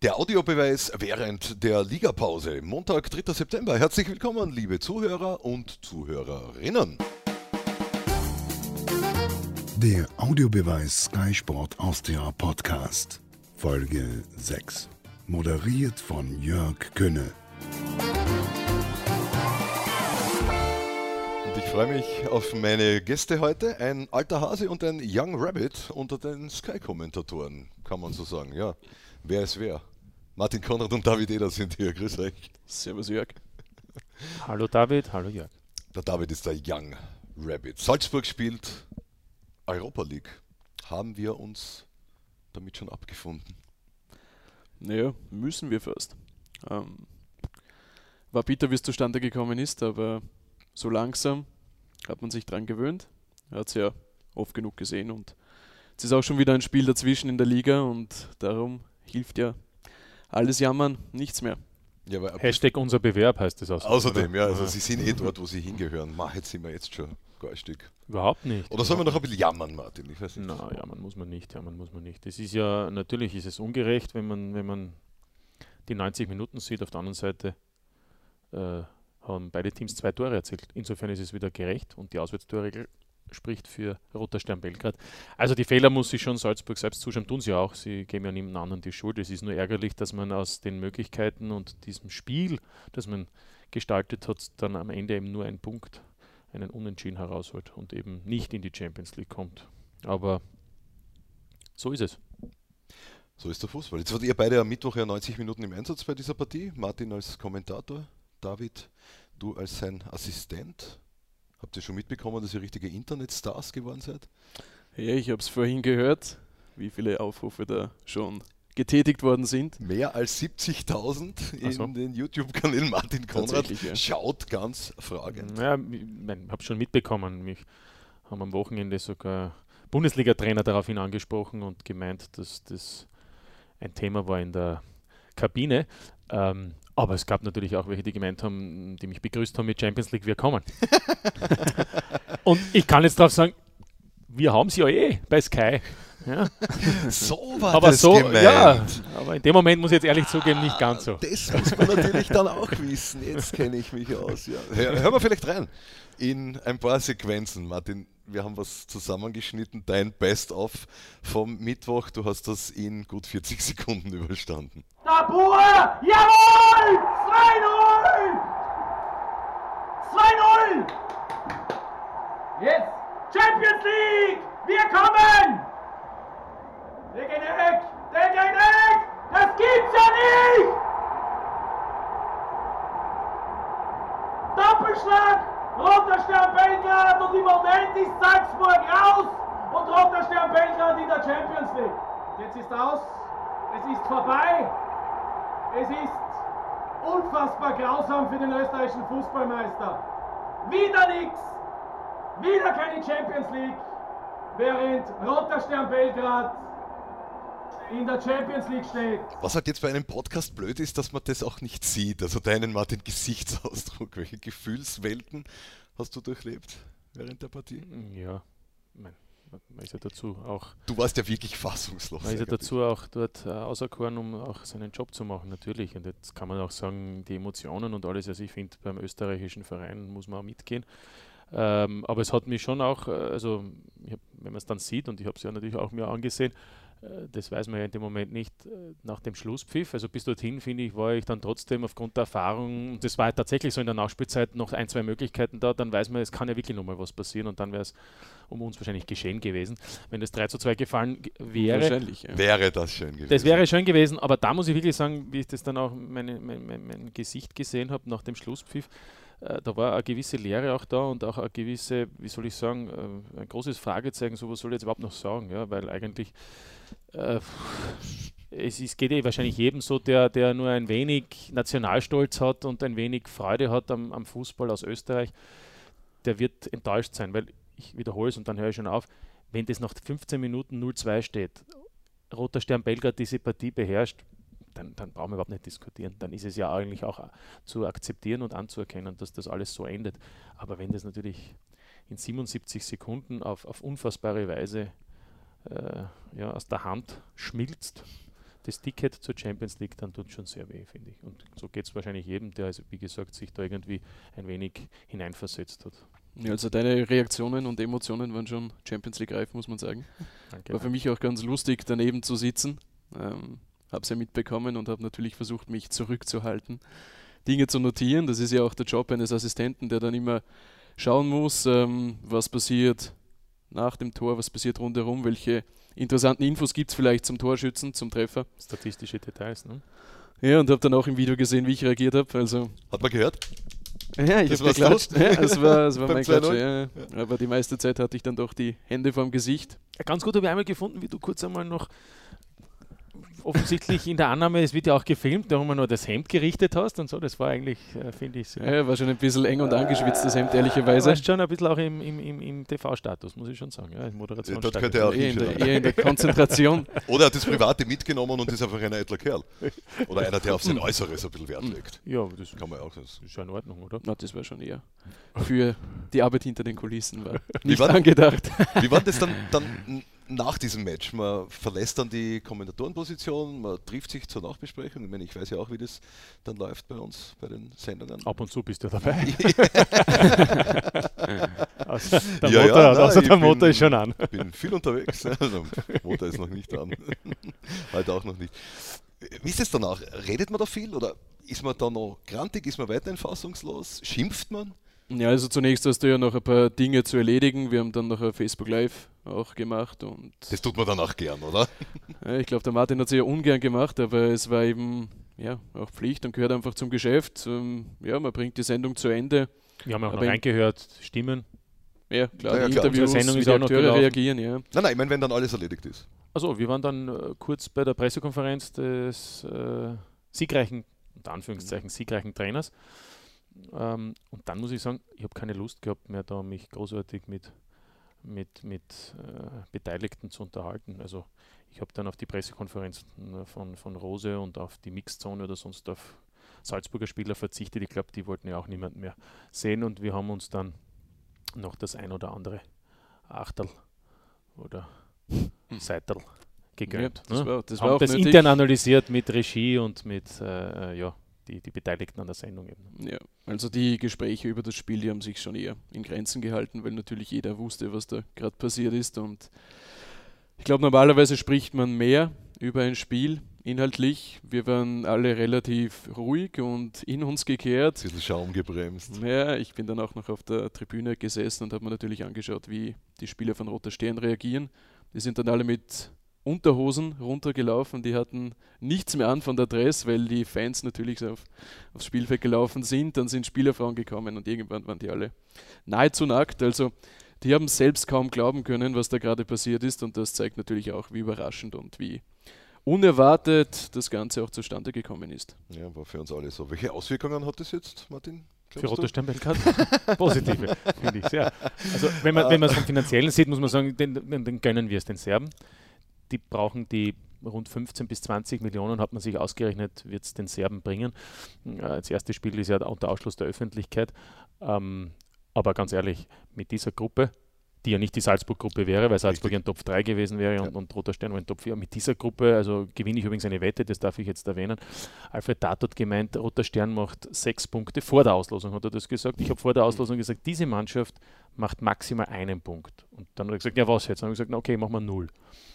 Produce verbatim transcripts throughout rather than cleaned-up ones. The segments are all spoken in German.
Der Audiobeweis während der Ligapause. Montag, dritter September. Herzlich willkommen, liebe Zuhörer und Zuhörerinnen. Der Audiobeweis Sky Sport Austria Podcast. Folge sechs. Moderiert von Jörg Könne. Und ich freue mich auf meine Gäste heute. Ein alter Hase und ein Young Rabbit unter den Sky-Kommentatoren, kann man so sagen. Ja, wer ist wer? Martin Konrad und David Eder sind hier. Grüß euch. Servus Jörg. Hallo David, hallo Jörg. Der David ist der Young Rabbit. Salzburg spielt Europa League. Haben wir uns damit schon abgefunden? Naja, müssen wir fast. Ähm, war bitter, wie es zustande gekommen ist, aber so langsam hat man sich dran gewöhnt. Er hat es ja oft genug gesehen und es ist auch schon wieder ein Spiel dazwischen in der Liga und darum hilft ja alles Jammern, nichts mehr. Ja, aber Hashtag unser Bewerb heißt es außerdem. Außerdem, ja, also sie sind eh dort, wo sie hingehören. Mach, jetzt sind wir jetzt schon gar ein Stück. Überhaupt nicht. Oder sollen wir noch ein bisschen jammern, Martin? Ich weiß nicht. Na, jammern muss man nicht, jammern muss man nicht. Es ist ja, natürlich ist es ungerecht, wenn man, wenn man die neunzig Minuten sieht. Auf der anderen Seite äh, haben beide Teams zwei Tore erzielt. Insofern ist es wieder gerecht und die Auswärtstorregel spricht für Roter Stern Belgrad. Also die Fehler muss sich schon Salzburg selbst zuschauen, tun sie auch. Sie geben ja niemand anderen die Schuld. Es ist nur ärgerlich, dass man aus den Möglichkeiten und diesem Spiel, das man gestaltet hat, dann am Ende eben nur einen Punkt, einen Unentschieden herausholt und eben nicht in die Champions League kommt. Aber so ist es. So ist der Fußball. Jetzt wart ihr beide am Mittwoch ja neunzig Minuten im Einsatz bei dieser Partie. Martin als Kommentator, David, du als sein Assistent. Habt ihr schon mitbekommen, dass ihr richtige Internetstars geworden seid? Ja, ich habe es vorhin gehört, wie viele Aufrufe da schon getätigt worden sind. Mehr als siebzigtausend in so. den YouTube-Kanälen Martin Konrad. Tatsächlich, ja. Schaut ganz fragend. Ja, ich habe schon mitbekommen. Mich haben am Wochenende sogar Bundesliga-Trainer daraufhin angesprochen und gemeint, dass das ein Thema war in der Kabine. Ähm, aber es gab natürlich auch welche, die gemeint haben, die mich begrüßt haben mit Champions League, wir kommen. Und ich kann jetzt darauf sagen, wir haben sie ja eh bei Sky. Ja. So war Aber das so, gemeint. ja, aber in dem Moment muss ich jetzt ehrlich zugeben, nicht ganz so. Das muss man natürlich dann auch wissen. Jetzt kenne ich mich aus. Ja. Hör, hören wir vielleicht rein in ein paar Sequenzen. Martin, wir haben was zusammengeschnitten. Dein Best-of vom Mittwoch. Du hast das in gut vierzig Sekunden überstanden. Tabur! Jawohl! zwei null! zwei null! Jetzt Champions League! Wir kommen! Degenek! Degenek! Das gibt's ja nicht! Doppelschlag! Roter Stern Belgrad und im Moment ist Salzburg raus und Roter Stern Belgrad in der Champions League. Jetzt ist aus, es ist vorbei, es ist unfassbar grausam für den österreichischen Fußballmeister. Wieder nichts, wieder keine Champions League, während Roter Stern Belgrad in der Champions League steht. Was halt jetzt bei einem Podcast blöd ist, dass man das auch nicht sieht. Also deinen Martin Gesichtsausdruck. Welche Gefühlswelten hast du durchlebt während der Partie? Ja, man, man ist ja dazu auch, Du warst ja wirklich fassungslos. man ist ja eigentlich. dazu auch dort äh, auserkoren, um auch seinen Job zu machen, natürlich. Und jetzt kann man auch sagen, die Emotionen und alles, also ich finde, beim österreichischen Verein muss man auch mitgehen. Ähm, aber es hat mich schon auch, äh, also ich hab, wenn man es dann sieht, und ich habe es ja natürlich auch mir angesehen, äh, das weiß man ja in dem Moment nicht, äh, nach dem Schlusspfiff, also bis dorthin, finde ich, war ich dann trotzdem aufgrund der Erfahrung, und das war ja tatsächlich so in der Nachspielzeit noch ein, zwei Möglichkeiten da, dann weiß man, es kann ja wirklich nochmal was passieren und dann wäre es um uns wahrscheinlich geschehen gewesen, wenn das drei zu zwei gefallen g- wäre. Wahrscheinlich, ja. Wäre das schön gewesen. Das wäre schön gewesen, aber da muss ich wirklich sagen, wie ich das dann auch meine, mein, mein, mein Gesicht gesehen habe nach dem Schlusspfiff, äh, da war eine gewisse Leere auch da und auch eine gewisse, wie soll ich sagen, äh, ein großes Fragezeichen, so was soll ich jetzt überhaupt noch sagen, ja, weil eigentlich äh, es ist, geht eh wahrscheinlich jedem so, der, der nur ein wenig Nationalstolz hat und ein wenig Freude hat am, am Fußball aus Österreich, der wird enttäuscht sein, weil ich wiederhole es und dann höre ich schon auf, wenn das nach fünfzehn Minuten null zwei steht, Roter Stern Belgrad diese Partie beherrscht, dann, dann brauchen wir überhaupt nicht diskutieren. Dann ist es ja eigentlich auch zu akzeptieren und anzuerkennen, dass das alles so endet. Aber wenn das natürlich in siebenundsiebzig Sekunden auf, auf unfassbare Weise äh, ja, aus der Hand schmilzt, das Ticket zur Champions League, dann tut es schon sehr weh, finde ich. Und so geht es wahrscheinlich jedem, der, also, wie gesagt, sich da irgendwie ein wenig hineinversetzt hat. Ja, also deine Reaktionen und Emotionen waren schon Champions League reif, muss man sagen. Danke. War für mich auch ganz lustig, daneben zu sitzen. Ähm, habe es ja mitbekommen und habe natürlich versucht, mich zurückzuhalten, Dinge zu notieren. Das ist ja auch der Job eines Assistenten, der dann immer schauen muss, ähm, was passiert nach dem Tor, was passiert rundherum, welche interessanten Infos gibt es vielleicht zum Torschützen, zum Treffer. Statistische Details, ne? Ja, und habe dann auch im Video gesehen, wie ich reagiert habe. Also, hat man gehört? ja, ich Das habe war's geklatscht. du? Ja, das war, das war Beim mein zwei Klatsch. null? Ja, ja. Aber die meiste Zeit hatte ich dann doch die Hände vorm Gesicht. Ja, ganz gut habe ich einmal gefunden, wie du kurz einmal noch offensichtlich in der Annahme, es wird ja auch gefilmt, da haben wir noch das Hemd gerichtet hast und so, das war eigentlich, äh, finde ich, sehr, Ja, war schon ein bisschen eng und angeschwitzt, das Hemd, äh, ehrlicherweise. warst schon ein bisschen auch im, im, im, im T V-Status, muss ich schon sagen, ja, in Moderation. Dort könnte er auch Eher in, hinschauen. der, eher in der Konzentration. Oder er hat das Private mitgenommen und ist einfach ein eitler Kerl. Oder einer, der auf sein Äußeres ein bisschen Wert legt. Ja, das Kann man ja auch das. ist ja in Ordnung, oder? Na, das war schon eher für die Arbeit hinter den Kulissen war Wie nicht war- angedacht. Wie war das dann, dann n- nach diesem Match? Man verlässt dann die Kommentatorenposition, man trifft sich zur Nachbesprechung. Ich meine, ich weiß ja auch, wie das dann läuft bei uns, bei den Sendungen. Ab und zu bist du dabei. Also, der Ja, Motor, ja, also nein, ich der Motor bin- ist schon an. Ich bin viel unterwegs. Also, Motor ist noch nicht an. Halt auch noch nicht. Wie ist es danach? Redet man da viel oder ist man da noch grantig? Ist man weiterhin fassungslos? Schimpft man? Ja, also zunächst hast du ja noch ein paar Dinge zu erledigen. Wir haben dann noch ein Facebook Live auch gemacht und Das tut man dann auch gern, oder? ja, ich glaube, der Martin hat es ja ungern gemacht, aber es war eben ja, auch Pflicht und gehört einfach zum Geschäft. Ähm, ja, man bringt die Sendung zu Ende. Wir haben auch noch Aber in- reingehört, Stimmen. Ja, klar, Ja, ja, die klar. Interviews, Unsere Sendung wie ist die auch noch Akteure gelaufen. reagieren, ja. Nein, nein, ich meine, wenn dann alles erledigt ist. Also, wir waren dann äh, kurz bei der Pressekonferenz des äh, siegreichen, unter Anführungszeichen, siegreichen Trainers. Ähm, und dann muss ich sagen, ich habe keine Lust gehabt mehr, da mich großartig mit, mit, mit äh, Beteiligten zu unterhalten. Also, ich habe dann auf die Pressekonferenz äh, von, von Rose und auf die Mixzone oder sonst auf Salzburger Spieler verzichtet. Ich glaube, die wollten ja auch niemand mehr sehen und wir haben uns dann noch das ein oder andere Achtel oder Seitel gegönnt. Ja, das ne? war, das Haben war auch das nötig. intern analysiert mit Regie und mit äh, ja, die, die Beteiligten an der Sendung eben. Ja, also die Gespräche über das Spiel, die haben sich schon eher in Grenzen gehalten, weil natürlich jeder wusste, was da gerade passiert ist. Und ich glaube, normalerweise spricht man mehr über ein Spiel inhaltlich. Wir waren alle relativ ruhig und in uns gekehrt. Ein bisschen Schaum gebremst. Ja, ich bin dann auch noch auf der Tribüne gesessen und habe mir natürlich angeschaut, wie die Spieler von Roter Stern reagieren. Die sind dann alle mit Unterhosen runtergelaufen, die hatten nichts mehr an von der Dress, weil die Fans natürlich so auf, aufs Spielfeld gelaufen sind. Dann sind Spielerfrauen gekommen und irgendwann waren die alle nahezu nackt. Also die haben selbst kaum glauben können, was da gerade passiert ist und das zeigt natürlich auch, wie überraschend und wie unerwartet das Ganze auch zustande gekommen ist. Ja, war für uns alle so. Welche Auswirkungen hat das jetzt, Martin? Für glaubst Roter du? Stern Belgrad positive, finde ich sehr. Also wenn man wenn man es vom Finanziellen sieht, muss man sagen, den, den, den gönnen wir es den Serben. Die brauchen die rund fünfzehn bis zwanzig Millionen, hat man sich ausgerechnet, wird es den Serben bringen. Äh, Das erste Spiel ist ja unter Ausschluss der Öffentlichkeit. Ähm, aber ganz ehrlich, mit dieser Gruppe, die ja nicht die Salzburg-Gruppe wäre, weil Salzburg Richtig. in Top drei gewesen wäre und, Ja. und Roter Stern war in Top vier. Mit dieser Gruppe, also gewinne ich übrigens eine Wette, das darf ich jetzt erwähnen. Alfred Tat hat gemeint, Roter Stern macht sechs Punkte. Vor der Auslosung hat er das gesagt. Ich habe vor der Auslosung gesagt, diese Mannschaft macht maximal einen Punkt. Und dann hat er gesagt, ja was jetzt? Dann habe ich gesagt, na, okay, machen wir null.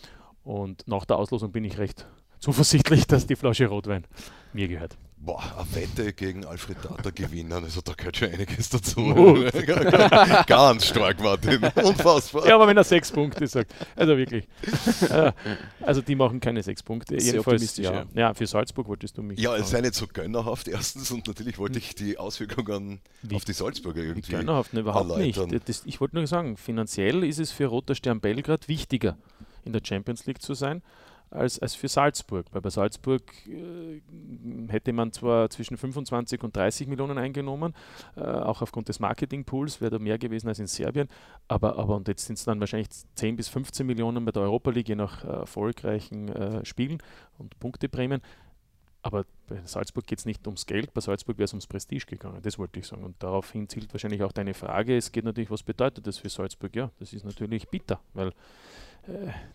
Und nach der Auslosung bin ich recht zuversichtlich, dass die Flasche Rotwein mir gehört. Boah, eine Wette gegen Alfred Data gewinnen, also da gehört schon einiges dazu. Gut. Ganz stark, Martin. Unfassbar. Ja, aber wenn er sechs Punkte sagt, also wirklich. Äh, also die machen keine sechs Punkte. Sehr Jedenfalls, optimistisch, ja. ja. Ja, für Salzburg wolltest du mich. Ja, es fragen. sei nicht so gönnerhaft erstens und natürlich wollte ich die Auswirkungen Wie- auf die Salzburger irgendwie Gönnerhaft, ne, überhaupt erläutern. nicht. Das, ich wollte nur sagen, finanziell ist es für Roter Stern Belgrad wichtiger, in der Champions League zu sein, als, als für Salzburg. Weil bei Salzburg äh, hätte man zwar zwischen fünfundzwanzig und dreißig Millionen eingenommen, äh, auch aufgrund des Marketingpools wäre da mehr gewesen als in Serbien, aber, aber und jetzt sind es dann wahrscheinlich zehn bis fünfzehn Millionen bei der Europa League, je nach äh, erfolgreichen äh, Spielen und Punkteprämien. Aber bei Salzburg geht es nicht ums Geld, bei Salzburg wäre es ums Prestige gegangen, das wollte ich sagen. Und daraufhin zielt wahrscheinlich auch deine Frage, es geht natürlich, was bedeutet das für Salzburg? Ja, das ist natürlich bitter, weil äh,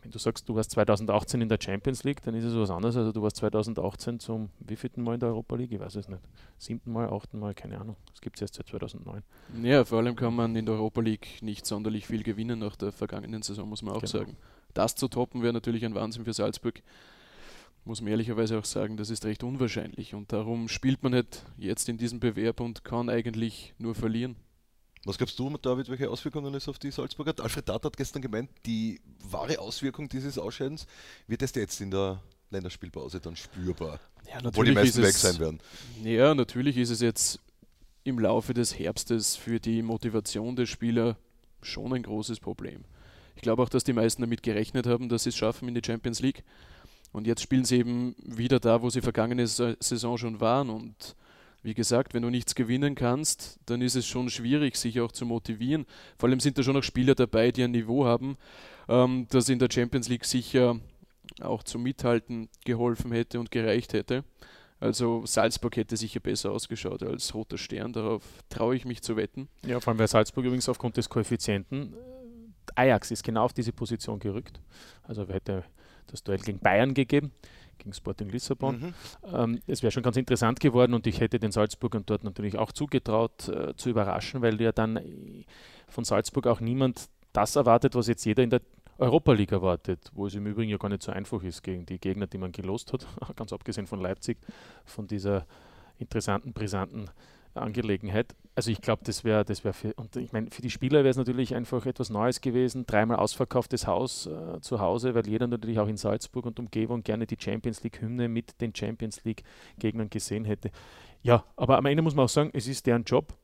wenn du sagst, du warst zweitausendachtzehn in der Champions League, dann ist es was anderes. Also du warst zweitausendachtzehn zum wievielten Mal in der Europa League? Ich weiß es nicht. Siebten Mal, achten Mal, keine Ahnung. Das gibt es erst seit zweitausendneun. Ja, vor allem kann man in der Europa League nicht sonderlich viel gewinnen nach der vergangenen Saison, muss man auch Genau. sagen. Das zu toppen wäre natürlich ein Wahnsinn für Salzburg. Muss man ehrlicherweise auch sagen, das ist recht unwahrscheinlich. Und darum spielt man halt jetzt in diesem Bewerb und kann eigentlich nur verlieren. Was glaubst du, David, welche Auswirkungen es auf die Salzburger hat? Alfred Dart hat gestern gemeint, die wahre Auswirkung dieses Ausscheidens wird erst jetzt in der Länderspielpause dann spürbar, Ja, obwohl die meisten ist weg es, sein werden. Ja, natürlich ist es jetzt im Laufe des Herbstes für die Motivation der Spieler schon ein großes Problem. Ich glaube auch, dass die meisten damit gerechnet haben, dass sie es schaffen in die Champions League. Und jetzt spielen sie eben wieder da, wo sie vergangene Saison schon waren. Und wie gesagt, wenn du nichts gewinnen kannst, dann ist es schon schwierig, sich auch zu motivieren. Vor allem sind da schon noch Spieler dabei, die ein Niveau haben, ähm, das in der Champions League sicher auch zum Mithalten geholfen hätte und gereicht hätte. Also Salzburg hätte sicher besser ausgeschaut als Roter Stern, darauf traue ich mich zu wetten. Ja, vor allem bei Salzburg übrigens aufgrund des Koeffizienten. Ajax ist genau auf diese Position gerückt. Also hätte das Duell gegen Bayern gegeben, gegen Sporting Lissabon. Mhm. Ähm, es wäre schon ganz interessant geworden und ich hätte den Salzburgern dort natürlich auch zugetraut, äh, zu überraschen, weil ja dann äh, von Salzburg auch niemand das erwartet, was jetzt jeder in der Europa League erwartet, wo es im Übrigen ja gar nicht so einfach ist gegen die Gegner, die man gelost hat, ganz abgesehen von Leipzig, von dieser interessanten, brisanten Angelegenheit. Also ich glaube, das wäre das wär für, und ich meine, für die Spieler wäre es natürlich einfach etwas Neues gewesen, dreimal ausverkauftes Haus äh, zu Hause, weil jeder natürlich auch in Salzburg und Umgebung gerne die Champions League-Hymne mit den Champions League-Gegnern gesehen hätte. Ja, aber am Ende muss man auch sagen, es ist deren Job,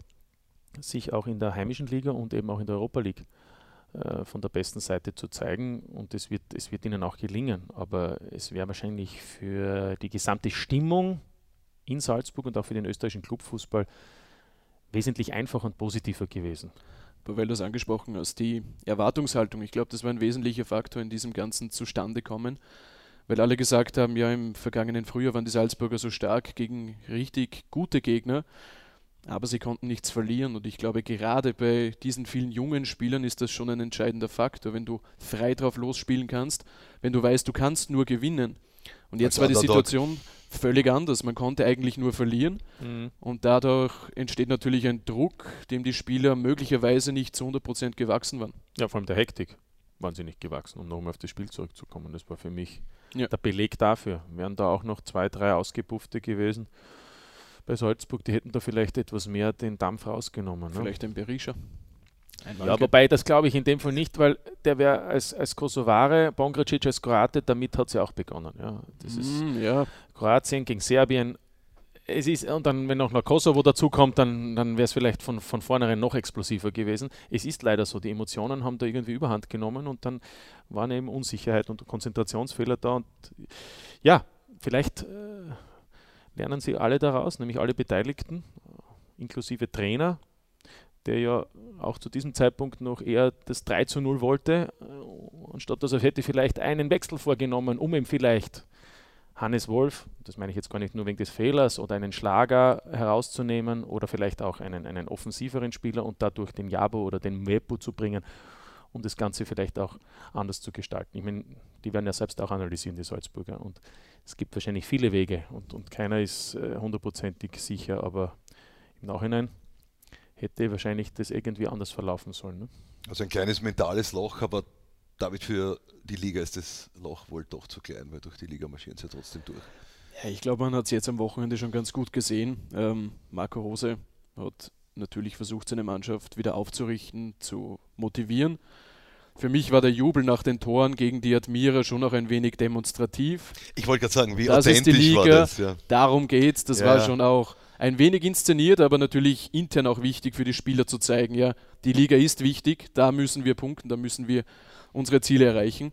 sich auch in der heimischen Liga und eben auch in der Europa League äh, von der besten Seite zu zeigen und es wird, es wird ihnen auch gelingen. Aber es wäre wahrscheinlich für die gesamte Stimmung in Salzburg und auch für den österreichischen Clubfußball wesentlich einfacher und positiver gewesen. Weil du es angesprochen hast, die Erwartungshaltung, ich glaube, das war ein wesentlicher Faktor in diesem ganzen Zustandekommen, weil alle gesagt haben, ja, im vergangenen Frühjahr waren die Salzburger so stark gegen richtig gute Gegner, aber sie konnten nichts verlieren und ich glaube, gerade bei diesen vielen jungen Spielern ist das schon ein entscheidender Faktor, wenn du frei drauf losspielen kannst, wenn du weißt, du kannst nur gewinnen. Und jetzt war die Situation völlig anders. Man konnte eigentlich nur verlieren mhm. und dadurch entsteht natürlich ein Druck, dem die Spieler möglicherweise nicht zu hundert Prozent gewachsen waren. Ja, vor allem der Hektik waren sie nicht gewachsen, um nochmal auf das Spiel zurückzukommen. Das war für mich ja. der Beleg dafür. Wären da auch noch zwei, drei Ausgepuffte gewesen bei Salzburg, die hätten da vielleicht etwas mehr den Dampf rausgenommen. Vielleicht ne? ein Berisha. Ja, wobei, das glaube ich in dem Fall nicht, weil der wäre als, als Kosovare, Pongracic als Kroate, damit hat es ja auch begonnen. Ja, das mm, ist ja. Kroatien gegen Serbien. Es ist, und dann, wenn auch noch Kosovo dazukommt, dann, dann wäre es vielleicht von, von vornherein noch explosiver gewesen. Es ist leider so, die Emotionen haben da irgendwie Überhand genommen und dann waren eben Unsicherheit und Konzentrationsfehler da. Und ja, vielleicht äh, lernen sie alle daraus, nämlich alle Beteiligten, inklusive Trainer, der ja auch zu diesem Zeitpunkt noch eher das drei zu null wollte, anstatt dass er hätte vielleicht einen Wechsel vorgenommen, um ihm vielleicht Hannes Wolf, das meine ich jetzt gar nicht nur wegen des Fehlers, oder einen Schlager herauszunehmen oder vielleicht auch einen, einen offensiveren Spieler und dadurch den Jabo oder den Mepo zu bringen, um das Ganze vielleicht auch anders zu gestalten. Ich meine, die werden ja selbst auch analysieren, die Salzburger, und es gibt wahrscheinlich viele Wege und, und keiner ist äh, hundertprozentig sicher, aber im Nachhinein hätte wahrscheinlich das irgendwie anders verlaufen sollen. Ne? Also ein kleines mentales Loch, aber David, für die Liga ist das Loch wohl doch zu klein, weil durch die Liga marschieren sie ja trotzdem durch. Ja, ich glaube, man hat es jetzt am Wochenende schon ganz gut gesehen. Ähm, Marco Rose hat natürlich versucht, seine Mannschaft wieder aufzurichten, zu motivieren. Für mich war der Jubel nach den Toren gegen die Admira schon noch ein wenig demonstrativ. Ich wollte gerade sagen, wie das authentisch ist die Liga, war das? Ja. Darum geht's. Das ja. war schon auch ein wenig inszeniert, aber natürlich intern auch wichtig für die Spieler zu zeigen, ja, die Liga ist wichtig, da müssen wir punkten, da müssen wir unsere Ziele erreichen.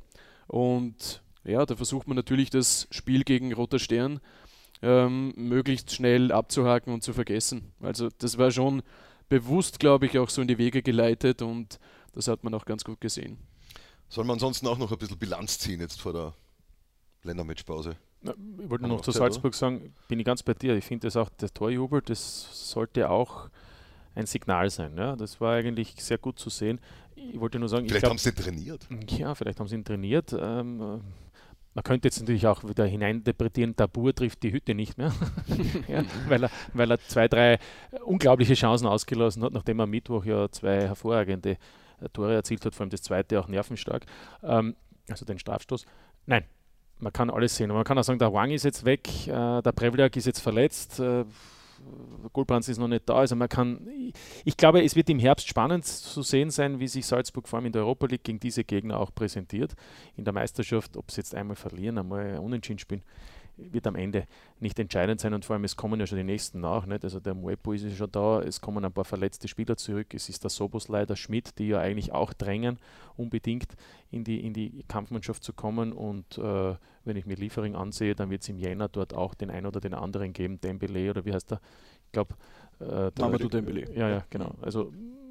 Und ja, da versucht man natürlich das Spiel gegen Roter Stern ähm, möglichst schnell abzuhaken und zu vergessen. Also das war schon bewusst, glaube ich, auch so in die Wege geleitet und das hat man auch ganz gut gesehen. Soll man ansonsten auch noch ein bisschen Bilanz ziehen jetzt vor der Ländermatchpause? Ich wollte nur noch zu Salzburg sagen, bin ich ganz bei dir. Ich finde das auch, der Torjubel, das sollte auch ein Signal sein. Ja? Das war eigentlich sehr gut zu sehen. ich wollte nur sagen, Vielleicht ich glaub, haben sie ihn trainiert. Ja, vielleicht haben sie ihn trainiert. Ähm, man könnte jetzt natürlich auch wieder hineininterpretieren, Dabur trifft die Hütte nicht mehr, ja, weil, er, weil er zwei, drei unglaubliche Chancen ausgelassen hat, nachdem er am Mittwoch ja zwei hervorragende Tore erzielt hat, vor allem das zweite auch nervenstark, ähm, also den Strafstoß. Nein, man kann alles sehen. Und man kann auch sagen, der Wang ist jetzt weg, äh, der Prevljak ist jetzt verletzt, äh, Gulbrands ist noch nicht da. Also man kann, ich glaube, es wird im Herbst spannend zu sehen sein, wie sich Salzburg vor allem in der Europa League gegen diese Gegner auch präsentiert. In der Meisterschaft, ob sie jetzt einmal verlieren, einmal unentschieden spielen, wird am Ende nicht entscheidend sein, und vor allem es kommen ja schon die nächsten nach. Nicht? Also der Mwepu ist ja schon da, es kommen ein paar verletzte Spieler zurück, es ist der Soboslai, der Schmidt, die ja eigentlich auch drängen, unbedingt in die, in die Kampfmannschaft zu kommen, und äh, wenn ich mir Liefering ansehe, dann wird es im Jänner dort auch den einen oder den anderen geben, Dembele oder wie heißt der? Ich glaube, äh, Mamadou Dembele. Ja, ja, genau. Also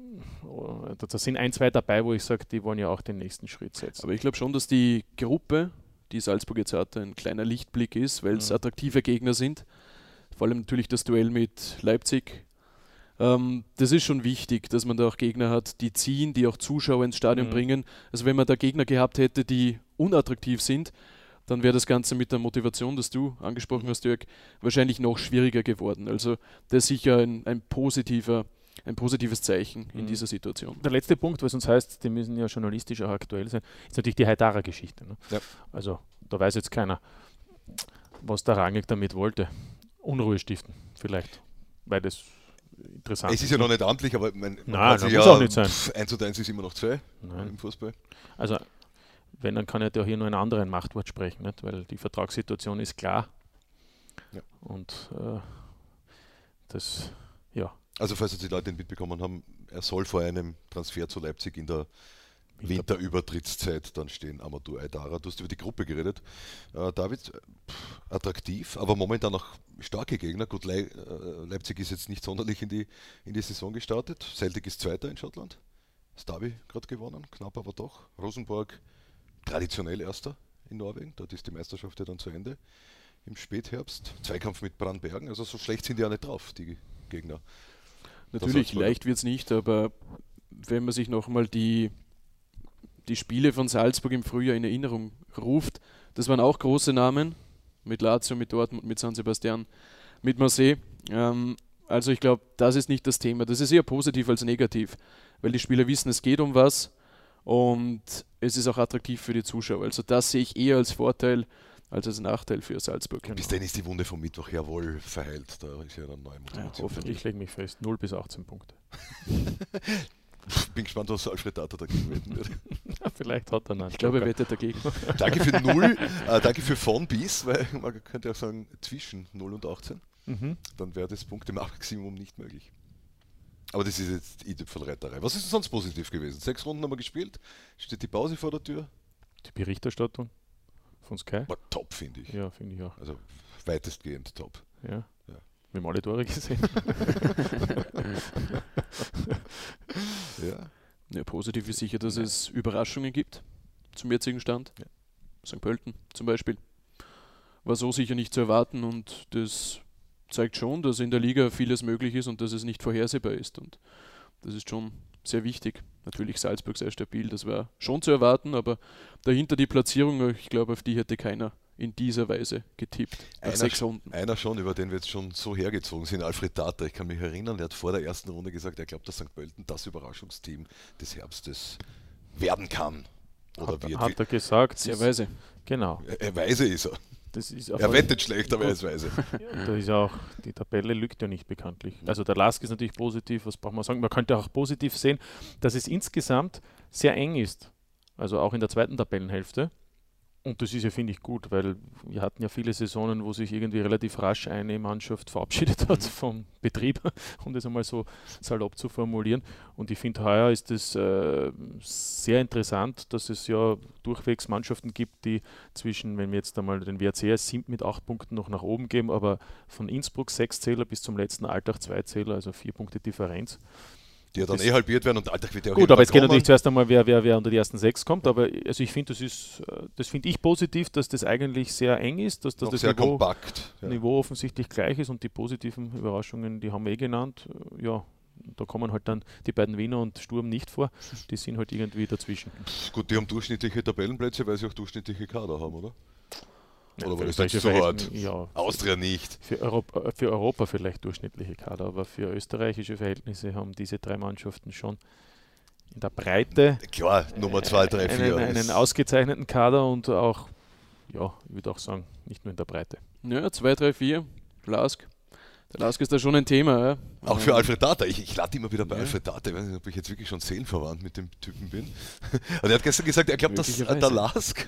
da sind ein, zwei dabei, wo ich sage, die wollen ja auch den nächsten Schritt setzen. Aber ich glaube schon, dass die Gruppe, die Salzburg jetzt hat, ein kleiner Lichtblick ist, weil es Mhm. attraktive Gegner sind. Vor allem natürlich das Duell mit Leipzig. Ähm, das ist schon wichtig, dass man da auch Gegner hat, die ziehen, die auch Zuschauer ins Stadion Mhm. bringen. Also wenn man da Gegner gehabt hätte, die unattraktiv sind, dann wäre das Ganze mit der Motivation, das du angesprochen hast, Jörg, wahrscheinlich noch schwieriger geworden. Also das ist sicher ein, ein, positiver, ein positives Zeichen in Mhm. dieser Situation. Der letzte Punkt, was uns heißt, die müssen ja journalistisch auch aktuell sein, ist natürlich die Haidara-Geschichte. Ne? Ja. Also da weiß jetzt keiner, was der Rangnick damit wollte. Unruhe stiften vielleicht, weil das interessant Es ist ja noch nicht amtlich, aber man, man Nein, kann das sich muss ja, auch nicht sein. pff, eins zu eins ist immer noch zwei Nein. im Fußball. Also wenn, dann kann er ja hier nur ein anderes Machtwort sprechen, nicht? Weil die Vertragssituation ist klar. Ja. Und äh, das, ja. Also falls jetzt die Leute nicht mitbekommen haben, er soll vor einem Transfer zu Leipzig in der Winter- Winterübertrittszeit dann stehen. Amadou Haidara, du hast über die Gruppe geredet. Äh, David, pff, attraktiv, aber momentan noch starke Gegner. Gut, Le äh, Leipzig ist jetzt nicht sonderlich in die, in die Saison gestartet. Celtic ist Zweiter in Schottland. Das Derby gerade gewonnen, knapp aber doch. Rosenborg traditionell Erster in Norwegen. Dort ist die Meisterschaft ja dann zu Ende im Spätherbst. Zweikampf mit Brandbergen, also so schlecht sind die ja nicht drauf, die Gegner. Natürlich, Salzburger. leicht wird es nicht, aber wenn man sich nochmal die, die Spiele von Salzburg im Frühjahr in Erinnerung ruft, das waren auch große Namen, mit Lazio, mit Dortmund, mit San Sebastian, mit Marseille. Ähm, also ich glaube, das ist nicht das Thema. Das ist eher positiv als negativ, weil die Spieler wissen, es geht um was und es ist auch attraktiv für die Zuschauer. Also das sehe ich eher als Vorteil als als Nachteil für Salzburg. Bis dahin ist die Wunde vom Mittwoch ja wohl verheilt. Da ist ja dann neue Ja, Motivation. hoffentlich. Ich lege mich fest, null bis achtzehn Punkte. Bin gespannt, was Alfred Data dagegen wetten wird. Vielleicht hat er einen. Ich glaube, er wettet dagegen. Danke für null, äh, danke für von bis, weil man könnte auch sagen zwischen null und achtzehn. Mhm. Dann wäre das Punkte-Maximum nicht möglich. Aber das ist jetzt Idee von Reiterei. Was ist denn sonst positiv gewesen? Sechs Runden haben wir gespielt, steht die Pause vor der Tür. Die Berichterstattung von Sky? War top, finde ich. Ja, finde ich auch. Also weitestgehend top. Ja. Ja. Wir haben alle Tore gesehen. Ja. Ja, positiv ist sicher, dass es Überraschungen gibt zum jetzigen Stand. Ja. Sankt Pölten zum Beispiel. War so sicher nicht zu erwarten und das zeigt schon, dass in der Liga vieles möglich ist und dass es nicht vorhersehbar ist. Und das ist schon sehr wichtig. Natürlich Salzburg sehr stabil, das war schon zu erwarten, aber dahinter die Platzierung, ich glaube, auf die hätte keiner in dieser Weise getippt. Nach Einer, sechs Runden. einer schon, über den wir jetzt schon so hergezogen sind, Alfred Data. Ich kann mich erinnern, der hat vor der ersten Runde gesagt, er glaubt, dass Sankt Pölten das Überraschungsteam des Herbstes werden kann. Oder Hat, wird. hat er gesagt. Sehr ist- weise. Genau. Er, er weise ist er. Das ist auf Er alle- wettet schlecht, aber er ist weise. Da ist ja auch, die Tabelle lügt ja nicht bekanntlich. Also der Lask ist natürlich positiv, was braucht man sagen? Man könnte auch positiv sehen, dass es insgesamt sehr eng ist. Also auch in der zweiten Tabellenhälfte. Und das ist ja, finde ich, gut, weil wir hatten ja viele Saisonen, wo sich irgendwie relativ rasch eine Mannschaft verabschiedet hat vom Betrieb, um das einmal so salopp zu formulieren. Und ich finde, heuer ist es äh, sehr interessant, dass es ja durchwegs Mannschaften gibt, die zwischen, wenn wir jetzt einmal den W R C Simp mit acht Punkten noch nach oben geben, aber von Innsbruck sechs Zähler bis zum letzten Altach zwei Zähler, also vier Punkte Differenz. Die ja dann Das- eh halbiert werden und Alltag wird ja auch Gut, aber es geht irgendwann natürlich kommen. zuerst einmal, wer, wer, wer unter die ersten sechs kommt, aber also ich finde, das ist, äh, das finde ich positiv, dass das eigentlich sehr eng ist, dass, dass Noch das sehr Niveau, kompakt. Ja. Niveau offensichtlich gleich ist und die positiven Überraschungen, die haben wir eh genannt. Äh, Ja, Da kommen halt dann die beiden Wiener und Sturm nicht vor. Die sind halt irgendwie dazwischen. Pff, gut, die haben durchschnittliche Tabellenplätze, weil sie auch durchschnittliche Kader haben, oder? Ja, Oder war das für jetzt österreichische so hart? Verhältnisse- Ja, Austria nicht. für Europa, für Europa vielleicht durchschnittliche Kader, aber für österreichische Verhältnisse haben diese drei Mannschaften schon in der Breite Klar, Nummer zwei, drei, vier. einen, einen ausgezeichneten Kader und auch, ja, ich würde auch sagen, nicht nur in der Breite. Ja, zwei, drei, vier, Lask. Der Lask ist da schon ein Thema. Ja. Auch für Ähm, Alfred Data. Ich, ich lade immer wieder bei Ja. Alfred Data. Ich weiß nicht, ob ich jetzt wirklich schon seelenverwandt mit dem Typen bin. Und er hat gestern gesagt, er glaubt, dass äh, der Möglicherweise. Lask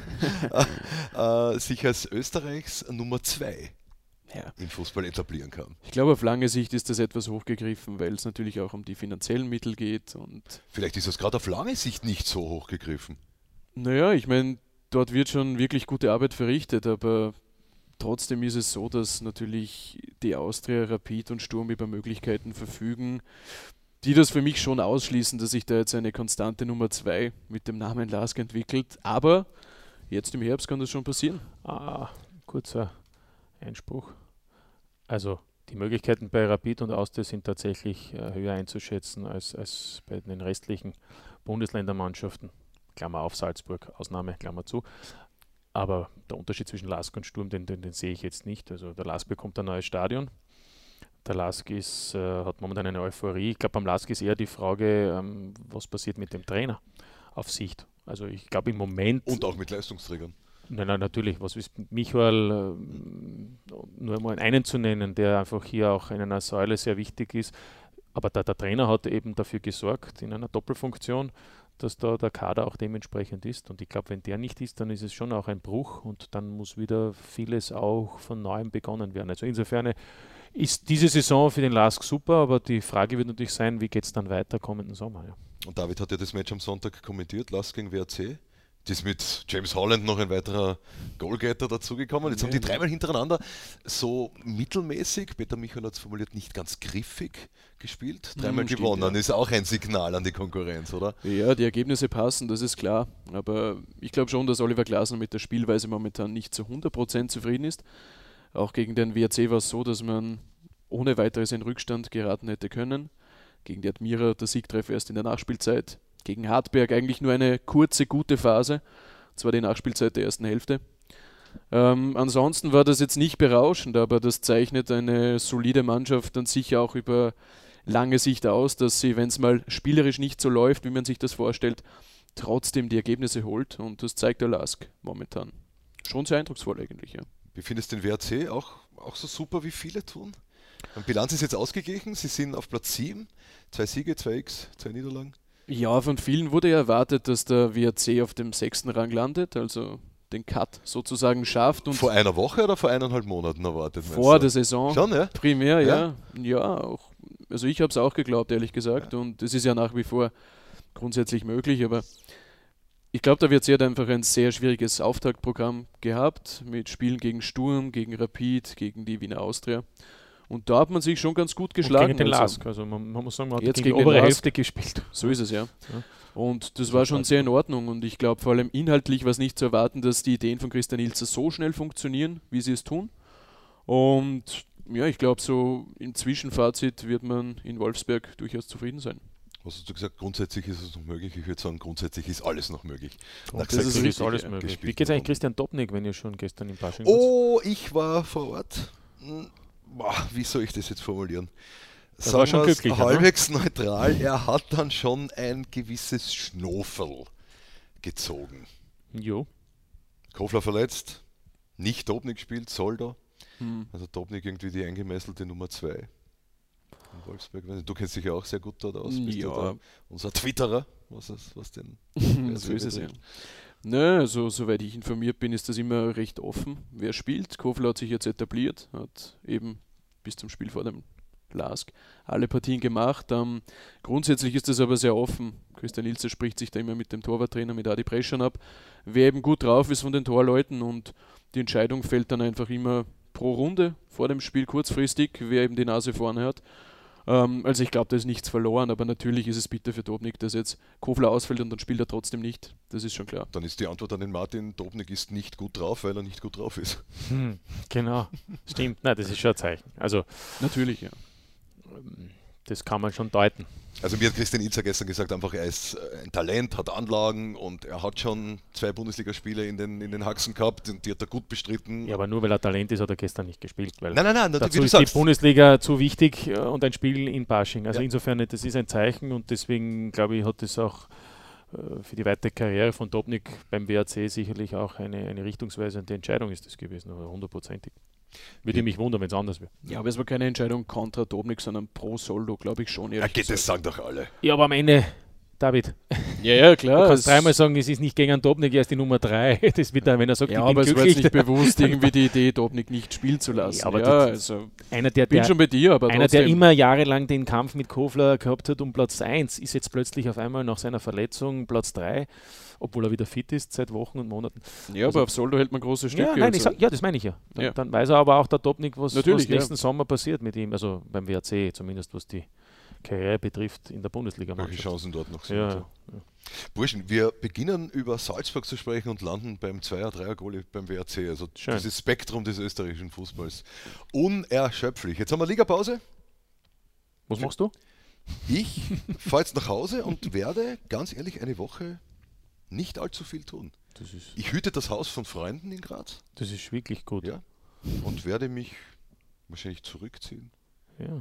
äh, sich als Österreichs Nummer zwei Ja. im Fußball etablieren kann. Ich glaube, auf lange Sicht ist das etwas hochgegriffen, weil es natürlich auch um die finanziellen Mittel geht. Und Vielleicht ist das gerade auf lange Sicht nicht so hochgegriffen. naja, ich meine, dort wird schon wirklich gute Arbeit verrichtet, aber trotzdem ist es so, dass natürlich die Austria, Rapid und Sturm über Möglichkeiten verfügen, die das für mich schon ausschließen, dass sich da jetzt eine konstante Nummer zwei mit dem Namen Lask entwickelt. Aber jetzt im Herbst kann das schon passieren. Ah, kurzer Einspruch. Also die Möglichkeiten bei Rapid und Austria sind tatsächlich äh, höher einzuschätzen als, als bei den restlichen Bundesländermannschaften. Klammer auf Salzburg, Ausnahme, Klammer zu. Aber der Unterschied zwischen Lask und Sturm, den, den, den sehe ich jetzt nicht. Also der Lask bekommt ein neues Stadion. Der Lask ist, äh, hat momentan eine Euphorie. Ich glaube, beim Lask ist eher die Frage, ähm, was passiert mit dem Trainer auf Sicht. Also ich glaube im Moment... Und auch mit Leistungsträgern. Nein, nein, natürlich. Was ist mit Michael, ähm, nur mal einen zu nennen, der einfach hier auch in einer Säule sehr wichtig ist. Aber der, der Trainer hat eben dafür gesorgt, in einer Doppelfunktion, dass da der Kader auch dementsprechend ist. Und ich glaube, wenn der nicht ist, dann ist es schon auch ein Bruch und dann muss wieder vieles auch von Neuem begonnen werden. Also insofern ist diese Saison für den Lask super, aber die Frage wird natürlich sein, wie geht es dann weiter kommenden Sommer? Ja. Und David hat ja das Match am Sonntag kommentiert, Lask gegen W R C. Das ist mit James Holland noch ein weiterer Goalgetter dazugekommen. Jetzt haben die dreimal hintereinander so mittelmäßig, Peter Michael hat es formuliert, nicht ganz griffig gespielt. Dreimal Hm, stimmt, gewonnen, ja. ist auch ein Signal an die Konkurrenz, oder? Ja, die Ergebnisse passen, das ist klar. Aber ich glaube schon, dass Oliver Glasner mit der Spielweise momentan nicht zu hundert Prozent zufrieden ist. Auch gegen den W R C war es so, dass man ohne weiteres in Rückstand geraten hätte können. Gegen die Admira der Siegtreffer erst in der Nachspielzeit. Gegen Hartberg eigentlich nur eine kurze, gute Phase. Zwar die Nachspielzeit der ersten Hälfte. Ähm, ansonsten war das jetzt nicht berauschend, aber das zeichnet eine solide Mannschaft dann sicher auch über lange Sicht aus, dass sie, wenn es mal spielerisch nicht so läuft, wie man sich das vorstellt, trotzdem die Ergebnisse holt. Und das zeigt der Lask momentan. Schon sehr eindrucksvoll eigentlich, ja. Wie findest du den W R C auch, auch so super, wie viele tun? Die Bilanz ist jetzt ausgeglichen, sie sind auf Platz sieben, zwei Siege, zwei X, zwei Niederlagen. Ja, von vielen wurde ja erwartet, dass der W R C auf dem sechsten Rang landet, also den Cut sozusagen schafft. Und Vor einer Woche oder vor eineinhalb Monaten erwartet? meinst vor du? der Saison Schon, ja? primär, Ja? ja. Ja, auch. Also ich habe es auch geglaubt, ehrlich gesagt. Und es ist ja nach wie vor grundsätzlich möglich, aber ich glaube, der W R C hat einfach ein sehr schwieriges Auftaktprogramm gehabt mit Spielen gegen Sturm, gegen Rapid, gegen die Wiener Austria. Und da hat man sich schon ganz gut geschlagen. Und gegen den also. Lask. Also man, man muss sagen, man hat Jetzt gegen gegen die den obere Lask. Hälfte gespielt. So ist es, ja. Ja. Und das Das war ist schon halt- sehr in Ordnung. Und ich glaube, vor allem inhaltlich war es nicht zu erwarten, dass die Ideen von Christian Ilzer so schnell funktionieren, wie sie es tun. Und ja, ich glaube, so im Zwischenfazit wird man in Wolfsberg durchaus zufrieden sein. Was hast du gesagt? Grundsätzlich ist es noch möglich. Ich würde sagen, grundsätzlich ist alles noch möglich. Nach das ist sechs Das richtig, ist alles ja. möglich. Gespielt Wie geht es eigentlich bekommen. Christian Dobnik, wenn ihr schon gestern im Pasching wart? Oh, ich war vor Ort. Hm, boah, wie soll ich das jetzt formulieren? Das war schon wir's glücklicher, ne? halbwegs neutral. Er hat dann schon ein gewisses Schnofel gezogen. Jo. Kofler verletzt, nicht Dobnik gespielt, Solder. Hm. Also Dobnik irgendwie die eingemesselte Nummer zwei in Wolfsberg. Du kennst dich ja auch sehr gut dort aus. Bist Ja. da unser Twitterer, was, es, was den So ist es ja. Nö, also, soweit ich informiert bin, ist das immer recht offen, wer spielt. Kofler hat sich jetzt etabliert, hat eben bis zum Spiel vor dem Lask alle Partien gemacht. Ähm, grundsätzlich ist das aber sehr offen. Christian Ilzer spricht sich da immer mit dem Torwarttrainer, mit Adi Preschan ab, wer eben gut drauf ist von den Torleuten, und die Entscheidung fällt dann einfach immer pro Runde vor dem Spiel kurzfristig, wer eben die Nase vorne hat. Ähm, also ich glaube, da ist nichts verloren, aber natürlich ist es bitter für Dobnik, dass jetzt Kofler ausfällt und dann spielt er trotzdem nicht. Das ist schon klar. Dann ist die Antwort an den Martin, Dobnik ist nicht gut drauf, weil er nicht gut drauf ist. Hm, genau. Stimmt. Nein, das ist schon ein Zeichen. Also Natürlich, ja. ähm, Das kann man schon deuten. Also mir hat Christian Ilzer gestern gesagt, einfach er ist ein Talent, hat Anlagen und er hat schon zwei Bundesligaspiele in den, in den Haxen gehabt und die hat er gut bestritten. Ja, aber nur weil er Talent ist, hat er gestern nicht gespielt. Weil nein, nein, nein, dazu wie du ist sagst. die Bundesliga zu wichtig und ein Spiel in Pasching. Also ja. insofern, das ist ein Zeichen und deswegen, glaube ich, hat es auch für die weitere Karriere von Dobnik beim W R C sicherlich auch eine, eine richtungsweisende Entscheidung ist das gewesen, aber hundertprozentig. Würde ja. mich wundern, wenn es anders wäre. Ja, aber es war keine Entscheidung kontra Dobnik, sondern pro Soldo, glaube ich schon. Ja, geht, das sagen doch alle. Ja, aber am Ende, David, ja, ja, klar. du kannst dreimal sagen, es ist nicht gegen einen Dobnik, er ist die Nummer drei. Das wird dann, wenn er sagt, ja, ich bin aber es war glücklich. jetzt nicht bewusst irgendwie die Idee, Dobnik nicht spielen zu lassen. Ja, aber ja, das, also einer, der, ich bin der, schon bei dir, aber einer, trotzdem. der immer jahrelang den Kampf mit Kofler gehabt hat um Platz eins, ist jetzt plötzlich auf einmal nach seiner Verletzung Platz drei, obwohl er wieder fit ist seit Wochen und Monaten. Ja, also, aber auf Soldo hält man große Stücke. Ja, nein, also. ich sag, ja, das meine ich ja. Dann, ja. dann weiß er aber auch der Dobnik, was, was nächsten ja. Sommer passiert mit ihm, also beim W R C zumindest, was die Karriere betrifft in der Bundesliga. Welche Chancen dort noch sind. Ja, Ja. ja. Burschen, wir beginnen über Salzburg zu sprechen und landen beim Zweier-Dreier-Goalie beim W R C. Also Schön. dieses Spektrum des österreichischen Fußballs. Unerschöpflich. Jetzt haben wir Ligapause. Was machst du? Ich fahre jetzt nach Hause und werde, ganz ehrlich, eine Woche nicht allzu viel tun. Das ist, Ich hüte das Haus von Freunden in Graz. das ist wirklich gut. Ja. Und werde mich wahrscheinlich zurückziehen. Ja.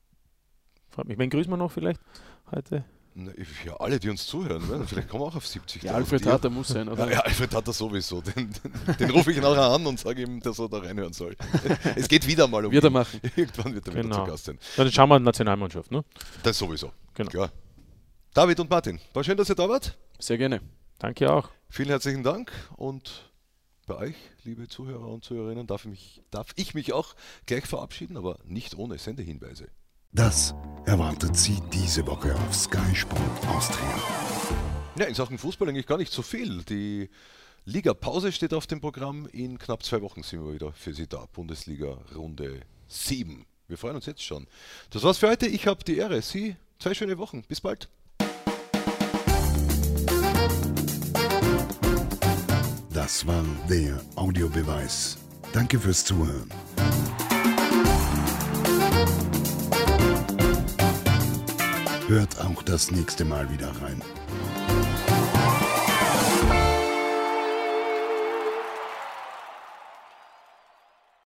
Freut mich. Wen grüßen wir noch vielleicht heute? Na, ja, alle, die uns zuhören, ne? Vielleicht kommen wir auch auf siebzig. Ja, Alfred Hatter muss sein, oder? Ja, ja, Alfred Hatter sowieso. Den, den, den rufe ich nachher an und sage ihm, dass er da reinhören soll. Es geht wieder mal um Wird er ihn. machen. Irgendwann wird er wieder Genau. zu Gast sein. Dann schauen wir Nationalmannschaft, ne? Das sowieso. Genau. Klar. David und Martin, war schön, dass ihr da wart. Sehr gerne. Danke auch. Vielen herzlichen Dank und bei euch, liebe Zuhörer und Zuhörerinnen, darf ich mich, darf ich mich auch gleich verabschieden, aber nicht ohne Sendehinweise. Das erwartet Sie diese Woche auf Sky Sport Austria. Ja, in Sachen Fußball eigentlich gar nicht so viel. Die Liga-Pause steht auf dem Programm. In knapp zwei Wochen sind wir wieder für Sie da. Bundesliga Runde sieben. Wir freuen uns jetzt schon. Das war's für heute. Ich habe die Ehre. Sie, zwei schöne Wochen. Bis bald. Das war der Audiobeweis. Danke fürs Zuhören. Hört auch das nächste Mal wieder rein.